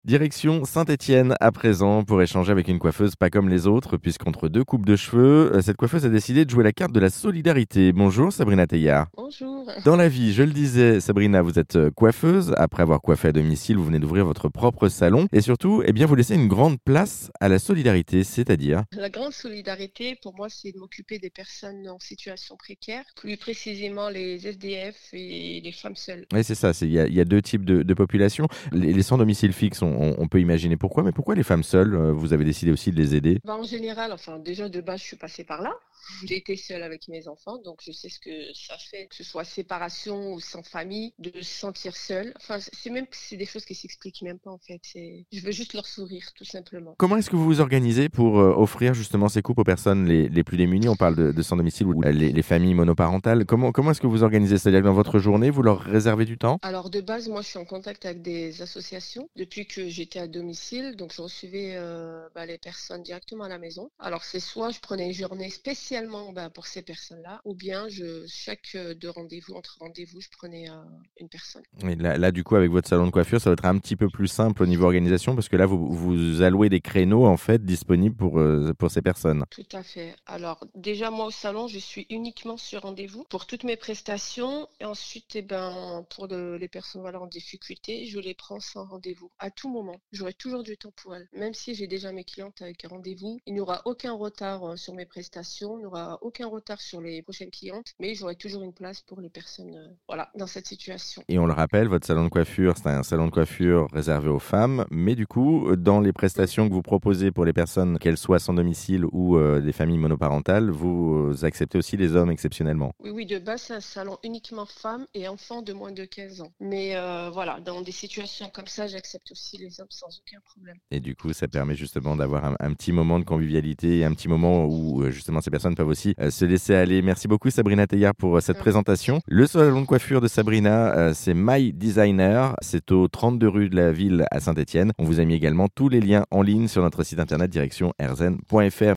Direction Saint-Étienne à présent pour échanger avec une coiffeuse pas comme les autres, puisqu'entre deux coupes de cheveux, cette coiffeuse a décidé de jouer la carte de la solidarité. Bonjour Sabrina Teilhard. Bonjour. Dans la vie, je le disais, Sabrina, vous êtes coiffeuse. Après avoir coiffé à domicile, vous venez d'ouvrir votre propre salon. Et surtout, eh bien, vous laissez une grande place à la solidarité, c'est-à-dire. La grande solidarité, pour moi, c'est de m'occuper des personnes en situation précaire, plus précisément les SDF et les femmes seules. Oui, c'est ça, il y a deux types de populations. Les sans domicile fixe, on peut imaginer pourquoi, mais pourquoi les femmes seules, vous avez décidé aussi de les aider? En général, enfin, déjà de base, je suis passée par là. J'ai été seule avec mes enfants, donc je sais ce que ça fait, que ce soit séparation ou sans famille, de se sentir seule. Enfin, c'est des choses qui s'expliquent même pas en fait. Je veux juste leur sourire, tout simplement. Comment est-ce que vous vous organisez pour, offrir justement ces coupes aux personnes les plus démunies? On parle de sans domicile ou les familles monoparentales. Comment est-ce que vous organisez? C'est-à-dire que dans votre journée, vous leur réservez du temps? Alors de base, moi, je suis en contact avec des associations depuis que j'étais à domicile, donc je recevais les personnes directement à la maison. Alors c'est soit je prenais une journée spécialement pour ces personnes-là, ou bien chaque deux rendez-vous, entre rendez-vous, je prenais une personne. Oui, là, du coup, avec votre salon de coiffure, ça va être un petit peu plus simple au niveau organisation parce que là, vous allouez des créneaux, en fait, disponibles pour ces personnes. Tout à fait. Alors déjà, moi au salon, je suis uniquement sur rendez-vous pour toutes mes prestations. Et ensuite, pour les personnes voilà, en difficulté, je les prends sans rendez-vous. À tout moment, j'aurai toujours du temps pour elles. Même si j'ai déjà mes clientes avec un rendez-vous, il n'y aura aucun retard sur mes prestations, il n'y aura aucun retard sur les prochaines clientes, mais j'aurai toujours une place pour les personnes voilà, dans cette situation. Et on le rappelle, votre salon de coiffure, c'est un salon de coiffure réservé aux femmes. Mais du coup, dans les prestations que vous proposez pour les personnes, qu'elles soient sans domicile ou des familles monoparentales, vous acceptez aussi les hommes exceptionnellement. Oui, oui, de base, c'est un salon uniquement femmes et enfants de moins de 15 ans. Mais voilà, dans des situations comme ça, j'accepte aussi les hommes sans aucun problème. Et du coup, ça permet justement d'avoir un petit moment de convivialité et un petit moment où justement ces personnes peuvent aussi se laisser aller. Merci beaucoup Sabrina Teilhard pour cette Avec présentation. plaisir. Le salon de coiffure de Sabrina, c'est My Designer. C'est au 32 rue de la Ville à Saint-Étienne. On vous a mis également tous les liens en ligne sur notre site internet direction rzn.fr.